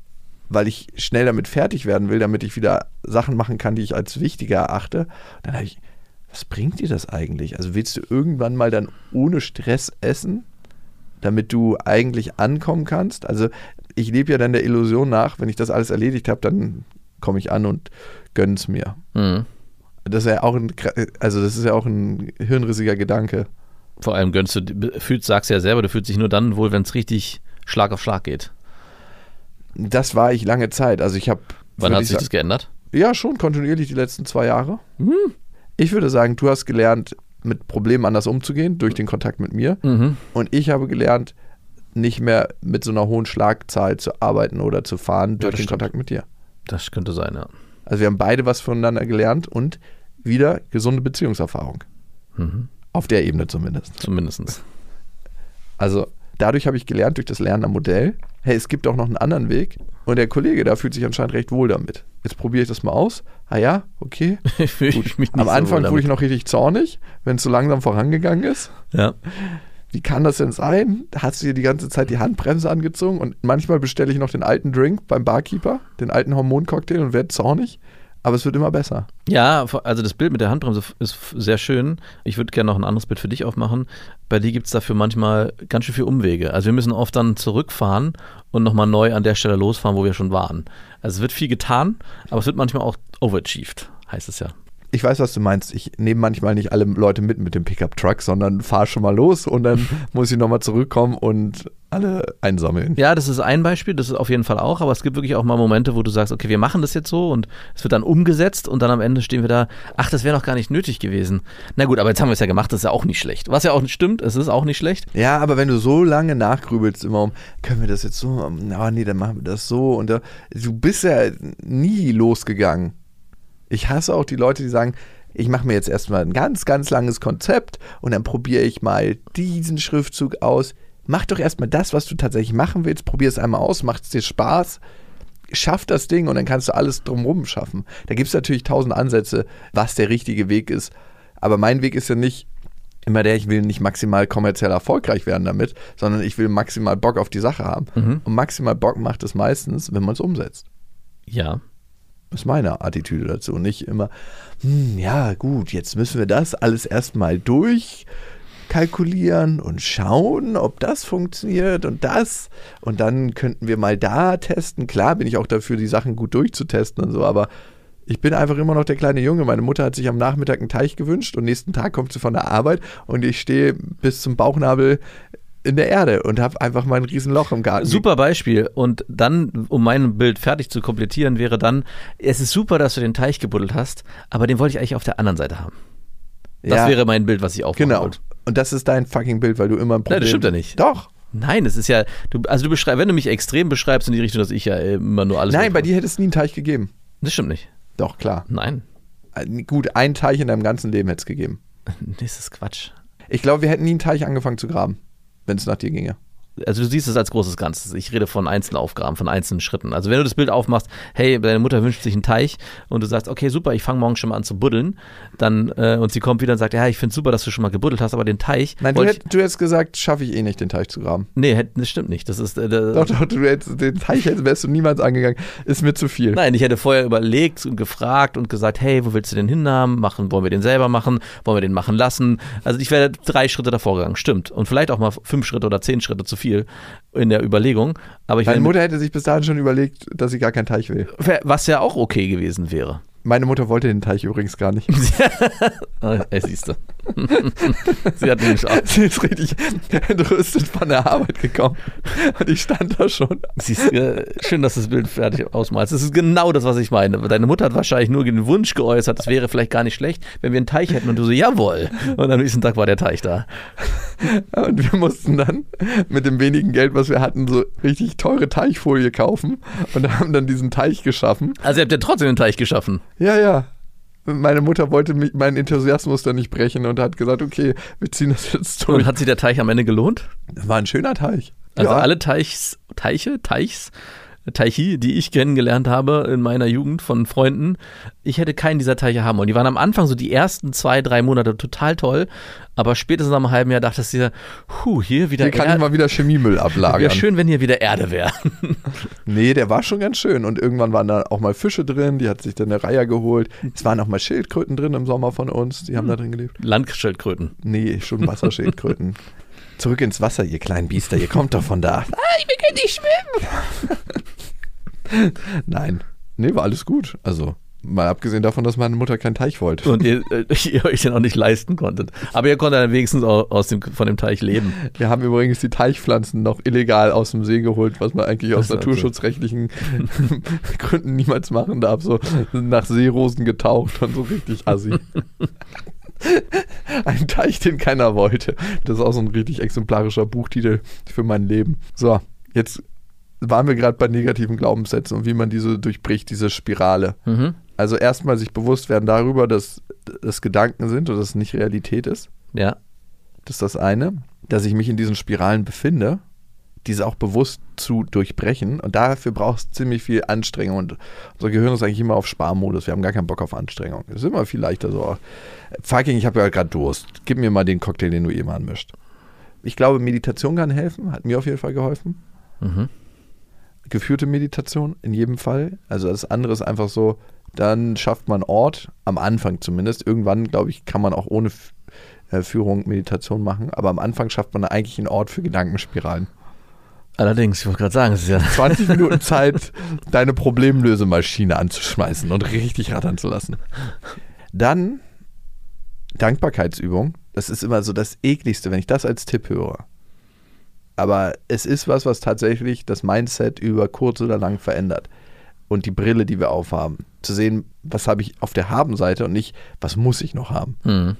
weil ich schnell damit fertig werden will, damit ich wieder Sachen machen kann, die ich als wichtiger erachte. Dann habe ich was bringt dir das eigentlich? Also willst du irgendwann mal dann ohne Stress essen, damit du eigentlich ankommen kannst? Also ich lebe ja dann der Illusion nach, wenn ich das alles erledigt habe, dann komme ich an und gönne es mir. Mhm. Das ist ja auch ein, also das ist ja auch ein hirnrissiger Gedanke. Vor allem gönnst du, fühlst, sagst du ja selber, du fühlst dich nur dann wohl, wenn es richtig Schlag auf Schlag geht. Das war ich lange Zeit. Also ich habe. Wann hat sich sagen, das geändert? Ja, schon kontinuierlich die letzten zwei Jahre. Mhm. Ich würde sagen, du hast gelernt, mit Problemen anders umzugehen, durch den Kontakt mit mir. Mhm. Und ich habe gelernt, nicht mehr mit so einer hohen Schlagzahl zu arbeiten oder zu fahren, ja, durch den stimmt. Kontakt mit dir. Das könnte sein, ja. Also wir haben beide was voneinander gelernt und wieder gesunde Beziehungserfahrung. Mhm. Auf der Ebene zumindest. Zumindest. Also dadurch habe ich gelernt, durch das Lernen am Modell, hey, es gibt auch noch einen anderen Weg und der Kollege da fühlt sich anscheinend recht wohl damit. Jetzt probiere ich das mal aus. Ah ja, okay. Ich mich nicht Am Anfang so wurde ich noch richtig zornig, wenn es so langsam vorangegangen ist. Ja. Wie kann das denn sein? Hast du dir die ganze Zeit die Handbremse angezogen und manchmal bestelle ich noch den alten Drink beim Barkeeper, den alten Hormoncocktail und werde zornig. Aber es wird immer besser. Ja, also das Bild mit der Handbremse ist sehr schön. Ich würde gerne noch ein anderes Bild für dich aufmachen. Bei dir gibt es dafür manchmal ganz schön viele Umwege. Also wir müssen oft dann zurückfahren und nochmal neu an der Stelle losfahren, wo wir schon waren. Also es wird viel getan, aber es wird manchmal auch overachieved, heißt es ja. Ich weiß, was du meinst. Ich nehme manchmal nicht alle Leute mit mit dem Pickup-Truck, sondern fahre schon mal los und dann muss ich nochmal zurückkommen und alle einsammeln. Ja, das ist ein Beispiel, das ist auf jeden Fall auch, aber es gibt wirklich auch mal Momente, wo du sagst, okay, wir machen das jetzt so und es wird dann umgesetzt und dann am Ende stehen wir da, ach, das wäre noch gar nicht nötig gewesen. Na gut, aber jetzt haben wir es ja gemacht, das ist ja auch nicht schlecht. Was ja auch stimmt, es ist auch nicht schlecht. Ja, aber wenn du so lange nachgrübelst immer um, können wir das jetzt so, oh nee, dann machen wir das so und da, du bist ja nie losgegangen. Ich hasse auch die Leute, die sagen, ich mache mir jetzt erstmal ein ganz, ganz langes Konzept und dann probiere ich mal diesen Schriftzug aus. Mach doch erstmal das, was du tatsächlich machen willst. Probier es einmal aus, macht es dir Spaß. Schaff das Ding und dann kannst du alles drumherum schaffen. Da gibt es natürlich tausend Ansätze, was der richtige Weg ist. Aber mein Weg ist ja nicht immer der, ich will nicht maximal kommerziell erfolgreich werden damit, sondern ich will maximal Bock auf die Sache haben. Mhm. Und maximal Bock macht es meistens, wenn man es umsetzt. Ja. Das ist meine Attitüde dazu. Nicht immer, hm, ja gut, jetzt müssen wir das alles erstmal durch kalkulieren und schauen, ob das funktioniert und das. Und dann könnten wir mal da testen. Klar bin ich auch dafür, die Sachen gut durchzutesten und so, aber ich bin einfach immer noch der kleine Junge. Meine Mutter hat sich am Nachmittag einen Teich gewünscht und nächsten Tag kommt sie von der Arbeit und ich stehe bis zum Bauchnabel in der Erde und habe einfach mal ein Riesenloch im Garten. Super Beispiel. Und dann, um mein Bild fertig zu komplettieren, wäre dann, es ist super, dass du den Teich gebuddelt hast, aber den wollte ich eigentlich auf der anderen Seite haben. Das Ja, wäre mein Bild, was ich aufmachen genau. wollte. Und das ist dein fucking Bild, weil du immer ein Problem... Nein, das stimmt ja nicht. Doch. Nein, es ist ja, du, also du beschreibst, wenn du mich extrem beschreibst in die Richtung, dass ich ja immer nur alles... Nein, bei mache. dir hätte es nie einen Teich gegeben. Das stimmt nicht. Doch, klar. Nein. Gut, einen Teich in deinem ganzen Leben hätte es gegeben. Das ist Quatsch. Ich glaube, wir hätten nie einen Teich angefangen zu graben, wenn es nach dir ginge. Also du siehst es als großes Ganzes. Ich rede von einzelnen Aufgaben, von einzelnen Schritten. Also wenn du das Bild aufmachst, hey, deine Mutter wünscht sich einen Teich und du sagst, okay, super, ich fange morgen schon mal an zu buddeln, dann äh, und sie kommt wieder und sagt, ja, ich finde es super, dass du schon mal gebuddelt hast, aber den Teich... Nein, du, wollt hätt, du hättest gesagt, schaffe ich eh nicht, den Teich zu graben. ich, nee, hätt- das stimmt nicht. Das ist... Äh, Doch, doch, du hättest, den Teich hättest, wärst du niemals angegangen. Ist mir zu viel. Nein, ich hätte vorher überlegt und gefragt und gesagt, hey, wo willst du den hinhaben? Machen, wollen wir den selber machen? Wollen wir den machen lassen? Also ich wäre drei Schritte davor gegangen, stimmt. Und vielleicht auch mal fünf Schritte oder zehn Schritte zu viel in der Überlegung. Aber ich Meine wäre- Mutter hätte sich bis dahin schon überlegt, dass sie gar keinen Teich will. was ja auch okay gewesen wäre. Meine Mutter wollte den Teich übrigens gar nicht. Ah, ey, siehst du. Sie hat nämlich auch. Sie ist richtig entrüstet von der Arbeit gekommen. Und ich stand da schon. Siehst, du, schön, dass du das Bild fertig ausmalst. Das ist genau das, was ich meine. Deine Mutter hat wahrscheinlich nur den Wunsch geäußert, es wäre vielleicht gar nicht schlecht, wenn wir einen Teich hätten. Und du so, jawohl. Und am nächsten Tag war der Teich da. Und wir mussten dann mit dem wenigen Geld, was wir hatten, so richtig teure Teichfolie kaufen. Und haben dann diesen Teich geschaffen. Also ihr habt ja trotzdem den Teich geschaffen. Ja, ja. Meine Mutter wollte mich, meinen Enthusiasmus da nicht brechen und hat gesagt, okay, wir ziehen das jetzt durch. Und hat sich der Teich am Ende gelohnt? Das war ein schöner Teich. Also ja. alle Teichs, Teiche, Teichs, Teichi, die ich kennengelernt habe in meiner Jugend von Freunden, ich hätte keinen dieser Teiche haben wollen. Die waren am Anfang so die ersten zwei, drei Monate total toll, aber spätestens nach einem halben Jahr dachtest du dir, huh, hier wieder Hier kann Erde. ich mal wieder Chemiemüll ablagern. Wäre schön, wenn hier wieder Erde wäre. Nee, der war schon ganz schön. Und irgendwann waren da auch mal Fische drin, die hat sich dann eine Reihe geholt. Es waren auch mal Schildkröten drin im Sommer von uns, die haben Hm. da drin gelebt. Landschildkröten. Nee, schon Wasserschildkröten. Zurück ins Wasser, ihr kleinen Biester, ihr kommt doch von da. Nein, wir können nicht schwimmen. Nein, nee, war alles gut. Also, mal abgesehen davon, dass meine Mutter keinen Teich wollte. Und ihr, äh, ihr euch den auch nicht leisten konntet. Aber ihr konntet dann wenigstens auch aus dem, von dem Teich leben. Wir haben übrigens die Teichpflanzen noch illegal aus dem See geholt, was man eigentlich aus Das ist naturschutzrechtlichen Gründen niemals machen darf. So nach Seerosen getaucht und so richtig assi. Ein Teich, den keiner wollte. Das ist auch so ein richtig exemplarischer Buchtitel für mein Leben. So, jetzt waren wir gerade bei negativen Glaubenssätzen und wie man diese durchbricht, diese Spirale. Mhm. Also erstmal sich bewusst werden darüber, dass das Gedanken sind oder dass es nicht Realität ist. Ja. Das ist das eine. Dass ich mich in diesen Spiralen befinde, diese auch bewusst zu durchbrechen. Und dafür braucht es ziemlich viel Anstrengung. Und unser Gehirn ist eigentlich immer auf Sparmodus. Wir haben gar keinen Bock auf Anstrengung. Es ist immer viel leichter so. Fucking, ich habe ja gerade Durst. Gib mir mal den Cocktail, den du eben anmischt. Ich glaube, Meditation kann helfen. Hat mir auf jeden Fall geholfen. Mhm. Geführte Meditation in jedem Fall. Also das andere ist einfach so, dann schafft man Ort, am Anfang zumindest. Irgendwann, glaube ich, kann man auch ohne F- äh, Führung Meditation machen. Aber am Anfang schafft man eigentlich einen Ort für Gedankenspiralen. Allerdings, ich wollte gerade sagen, es ist ja. zwanzig Minuten Zeit, deine Problemlösemaschine anzuschmeißen und richtig rattern zu lassen. Dann Dankbarkeitsübung. Das ist immer so das Ekligste, wenn ich das als Tipp höre. Aber es ist was, was tatsächlich das Mindset über kurz oder lang verändert. Und die Brille, die wir aufhaben. Zu sehen, was habe ich auf der Haben-Seite und nicht, was muss ich noch haben. Mhm.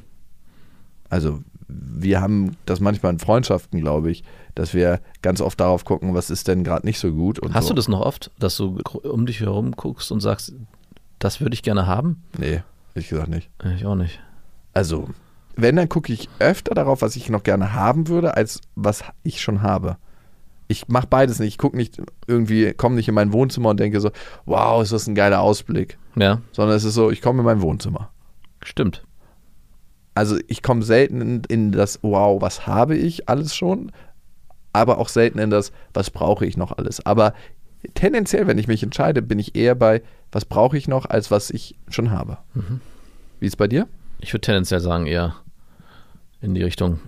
Also wir haben das manchmal in Freundschaften, glaube ich, dass wir ganz oft darauf gucken, was ist denn gerade nicht so gut. Und Hast so. du das noch oft, dass du um dich herum guckst und sagst, das würde ich gerne haben? Nee, ehrlich gesagt nicht. Ich auch nicht. Also, wenn, dann gucke ich öfter darauf, was ich noch gerne haben würde, als was ich schon habe. Ich mache beides nicht. Ich gucke nicht irgendwie, komme nicht in mein Wohnzimmer und denke so, wow, ist das ein geiler Ausblick. Ja, Sondern es ist so, ich komme in mein Wohnzimmer. stimmt. Also ich komme selten in, in das, wow, was habe ich alles schon, aber auch selten in das, was brauche ich noch alles. Aber tendenziell, wenn ich mich entscheide, bin ich eher bei, was brauche ich noch, als was ich schon habe. Mhm. Wie ist es bei dir? Ich würde tendenziell sagen, eher in die Richtung,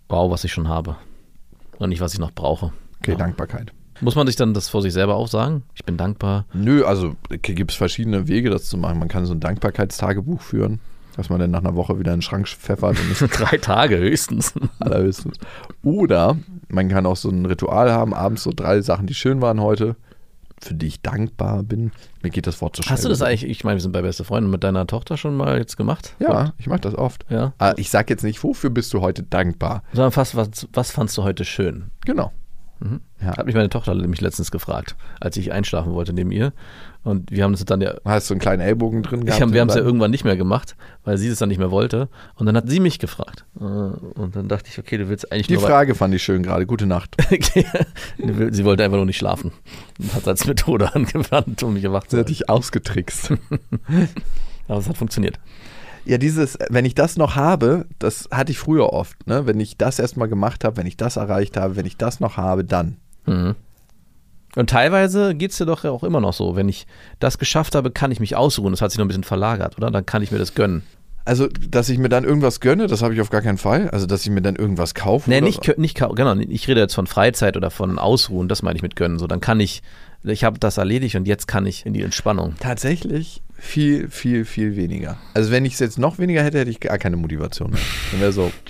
wow, was ich schon habe. Und nicht, was ich noch brauche. Okay, ja. Dankbarkeit. Muss man sich dann das vor sich selber auch sagen? Ich bin dankbar. Nö, also gibt es verschiedene Wege, das zu machen. Man kann so ein Dankbarkeitstagebuch führen, dass man dann nach einer Woche wieder in den Schrank pfeffert. Und ist Drei Tage höchstens. Allerhöchstens. Oder man kann auch so ein Ritual haben, abends so drei Sachen, die schön waren heute, für die ich dankbar bin. Mir geht das Wort so schnell. Hast du das eigentlich, ich meine, wir sind bei Beste Freunde, mit deiner Tochter schon mal jetzt gemacht? Ja, ich mache das oft. Ja. Aber ich sag jetzt nicht, wofür bist du heute dankbar? Sondern fast, was, was fandst du heute schön? Genau. Mhm. Ja. Hat mich meine Tochter nämlich letztens gefragt, als ich einschlafen wollte neben ihr. Und wir haben das dann ja. Hast du einen kleinen Ellbogen drin gehabt? Ich hab, wir haben es ja irgendwann nicht mehr gemacht, weil sie es dann nicht mehr wollte. Und dann hat sie mich gefragt. Und dann dachte ich, okay, du willst eigentlich Die nur. Frage fand ich schön gerade. Gute Nacht. Sie wollte einfach nur nicht schlafen. Und hat es als Methode angewandt, um mich wach zu Sie hat halten. dich ausgetrickst. Aber es hat funktioniert. Ja, dieses, wenn ich das noch habe, das hatte ich früher oft. Ne? Wenn ich das erstmal gemacht habe, wenn ich das erreicht habe, wenn ich das noch habe, dann. Mhm. Und teilweise geht es dir doch auch immer noch so. Wenn ich das geschafft habe, kann ich mich ausruhen. Das hat sich noch ein bisschen verlagert, oder? Dann kann ich mir das gönnen. Also, dass ich mir dann irgendwas gönne, das habe ich auf gar keinen Fall. Also, dass ich mir dann irgendwas kaufe. Nee, oder nicht, nicht genau. Ich rede jetzt von Freizeit oder von Ausruhen. Das meine ich mit gönnen. So, dann kann ich, ich habe das erledigt und jetzt kann ich in die Entspannung. Tatsächlich viel, viel, viel weniger. Also, wenn ich es jetzt noch weniger hätte, hätte ich gar keine Motivation mehr. Dann wäre so.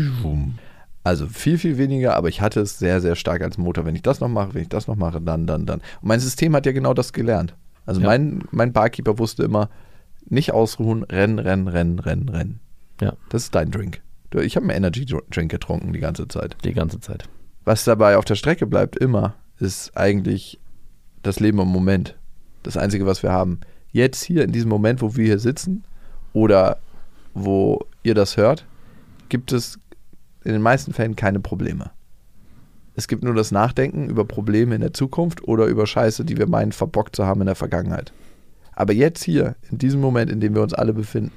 Also viel, viel weniger, aber ich hatte es sehr, sehr stark als Motor. Wenn ich das noch mache, wenn ich das noch mache, dann, dann, dann. Und mein System hat ja genau das gelernt. Also Ja. mein, mein Barkeeper wusste immer, nicht ausruhen, rennen, rennen, rennen, rennen, rennen. Ja. Das ist dein Drink. Du, ich habe einen Energy Drink getrunken die ganze Zeit. Die ganze Zeit. Was dabei auf der Strecke bleibt immer, ist eigentlich das Leben im Moment. Das Einzige, was wir haben. Jetzt hier in diesem Moment, wo wir hier sitzen oder wo ihr das hört, gibt es in den meisten Fällen keine Probleme. Es gibt nur das Nachdenken über Probleme in der Zukunft oder über Scheiße, die wir meinen verbockt zu haben in der Vergangenheit. Aber jetzt hier, in diesem Moment, in dem wir uns alle befinden,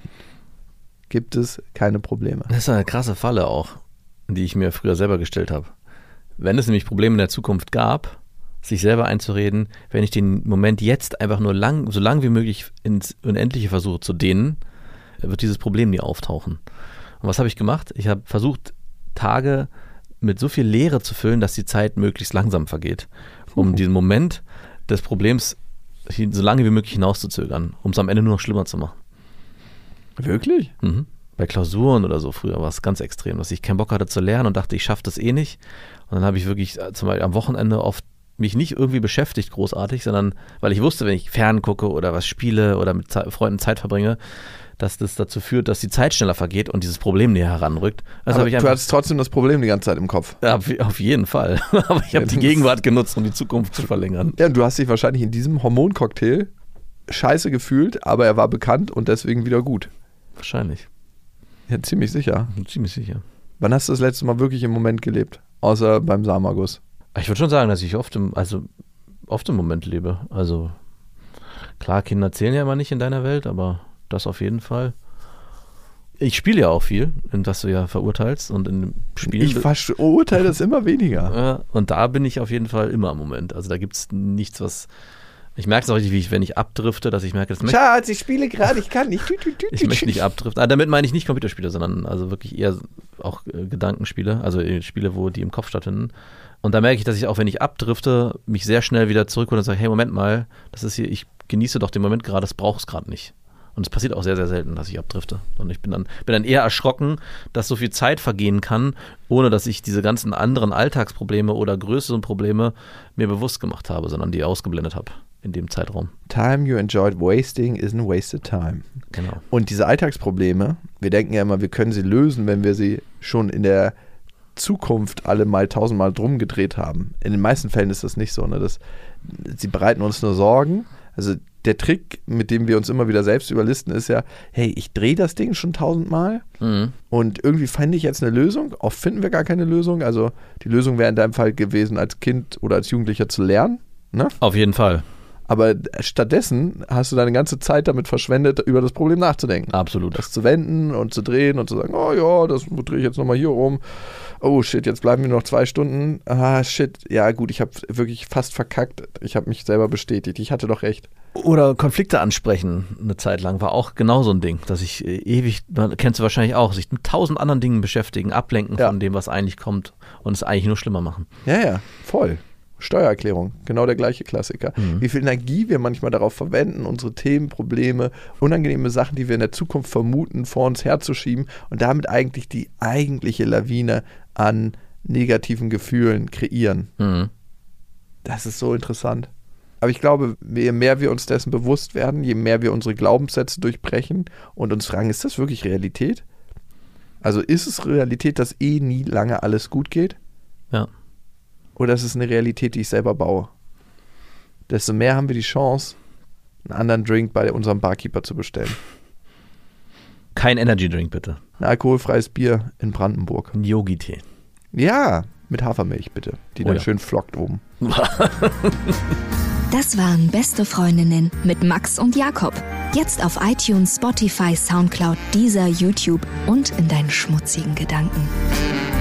gibt es keine Probleme. Das ist eine krasse Falle auch, die ich mir früher selber gestellt habe. Wenn es nämlich Probleme in der Zukunft gab, sich selber einzureden, wenn ich den Moment jetzt einfach nur lang, so lang wie möglich ins Unendliche versuche zu dehnen, wird dieses Problem nie auftauchen. Und was habe ich gemacht? Ich habe versucht, Tage mit so viel Leere zu füllen, dass die Zeit möglichst langsam vergeht, um Uhu. diesen Moment des Problems so lange wie möglich hinauszuzögern, um es am Ende nur noch schlimmer zu machen. Wirklich? Mhm. Bei Klausuren oder so früher war es ganz extrem, dass ich keinen Bock hatte zu lernen und dachte, ich schaffe das eh nicht. Und dann habe ich wirklich zum Beispiel am Wochenende oft mich nicht irgendwie beschäftigt großartig, sondern weil ich wusste, wenn ich fern gucke oder was spiele oder mit Ze- Freunden Zeit verbringe, dass das dazu führt, dass die Zeit schneller vergeht und dieses Problem näher heranrückt. Also Aber habe ich du einfach, hattest trotzdem das Problem die ganze Zeit im Kopf. ja, auf- auf jeden Fall. Aber ich habe die Gegenwart genutzt, um die Zukunft zu verlängern. Ja, und du hast dich wahrscheinlich in diesem Hormoncocktail scheiße gefühlt, aber er war bekannt und deswegen wieder gut. Wahrscheinlich. Ja, ziemlich sicher. Bin ziemlich sicher. Wann hast du das letzte Mal wirklich im Moment gelebt? Außer beim Samenerguss. Ich würde schon sagen, dass ich oft im, also oft im Moment lebe. Also klar, Kinder zählen ja immer nicht in deiner Welt, aber das auf jeden Fall. Ich spiele ja auch viel, in das du ja verurteilst und in dem Spiel. Ich verurteile das immer weniger. Ja, und da bin ich auf jeden Fall immer im Moment. Also da gibt es nichts, was. Ich merke es auch richtig, wie ich, wenn ich abdrifte, dass ich merke, das möchte, Schatz, ich spiele gerade, ich kann nicht. ich möchte nicht abdriften. Ah, damit meine ich nicht Computerspiele, sondern also wirklich eher auch äh, Gedankenspiele, also äh, Spiele, wo die im Kopf stattfinden. Und da merke ich, dass ich auch, wenn ich abdrifte, mich sehr schnell wieder zurückhole und sage, hey, Moment mal, das ist hier, ich genieße doch den Moment gerade, das brauche ich gerade nicht. Und es passiert auch sehr, sehr selten, dass ich abdrifte. Und ich bin dann, bin dann eher erschrocken, dass so viel Zeit vergehen kann, ohne dass ich diese ganzen anderen Alltagsprobleme oder größeren Probleme mir bewusst gemacht habe, sondern die ausgeblendet habe in dem Zeitraum. Time you enjoyed wasting isn't wasted time. Genau. Und diese Alltagsprobleme, wir denken ja immer, wir können sie lösen, wenn wir sie schon in der Zukunft alle mal tausendmal drum gedreht haben. In den meisten Fällen ist das nicht so. Ne? Das, sie bereiten uns nur Sorgen. Also der Trick, mit dem wir uns immer wieder selbst überlisten, ist ja, hey, ich drehe das Ding schon tausendmal Mhm. und irgendwie fand ich jetzt eine Lösung. Oft finden wir gar keine Lösung. Also die Lösung wäre in deinem Fall gewesen, als Kind oder als Jugendlicher zu lernen. Ne? Auf jeden Fall. Aber stattdessen hast du deine ganze Zeit damit verschwendet, über das Problem nachzudenken. Absolut. Das zu wenden und zu drehen und zu sagen, oh ja, das drehe ich jetzt nochmal hier rum. Oh shit, jetzt bleiben wir noch zwei Stunden. Ah shit, ja gut, ich habe wirklich fast verkackt. Ich habe mich selber bestätigt. Ich hatte doch recht. Oder Konflikte ansprechen eine Zeit lang war auch genau so ein Ding, dass ich äh, ewig, kennst du wahrscheinlich auch, sich mit tausend anderen Dingen beschäftigen, ablenken Ja. von dem, was eigentlich kommt und es eigentlich nur schlimmer machen. Ja, ja, voll. Steuererklärung, genau der gleiche Klassiker. Mhm. Wie viel Energie wir manchmal darauf verwenden, unsere Themen, Probleme, unangenehme Sachen, die wir in der Zukunft vermuten, vor uns herzuschieben und damit eigentlich die eigentliche Lawine an negativen Gefühlen kreieren. Mhm. Das ist so interessant. Aber ich glaube, je mehr wir uns dessen bewusst werden, je mehr wir unsere Glaubenssätze durchbrechen und uns fragen, ist das wirklich Realität? Also ist es Realität, dass eh nie lange alles gut geht? Ja. Oder ist es eine Realität, die ich selber baue? Desto mehr haben wir die Chance, einen anderen Drink bei unserem Barkeeper zu bestellen. Kein Energy Drink bitte. Ein alkoholfreies Bier in Brandenburg. Ein Yogi-Tee. Ja, mit Hafermilch bitte, die Oh dann ja. schön flockt oben. Das waren Beste Freundinnen mit Max und Jakob. Jetzt auf iTunes, Spotify, Soundcloud, Deezer, YouTube und in deinen schmutzigen Gedanken.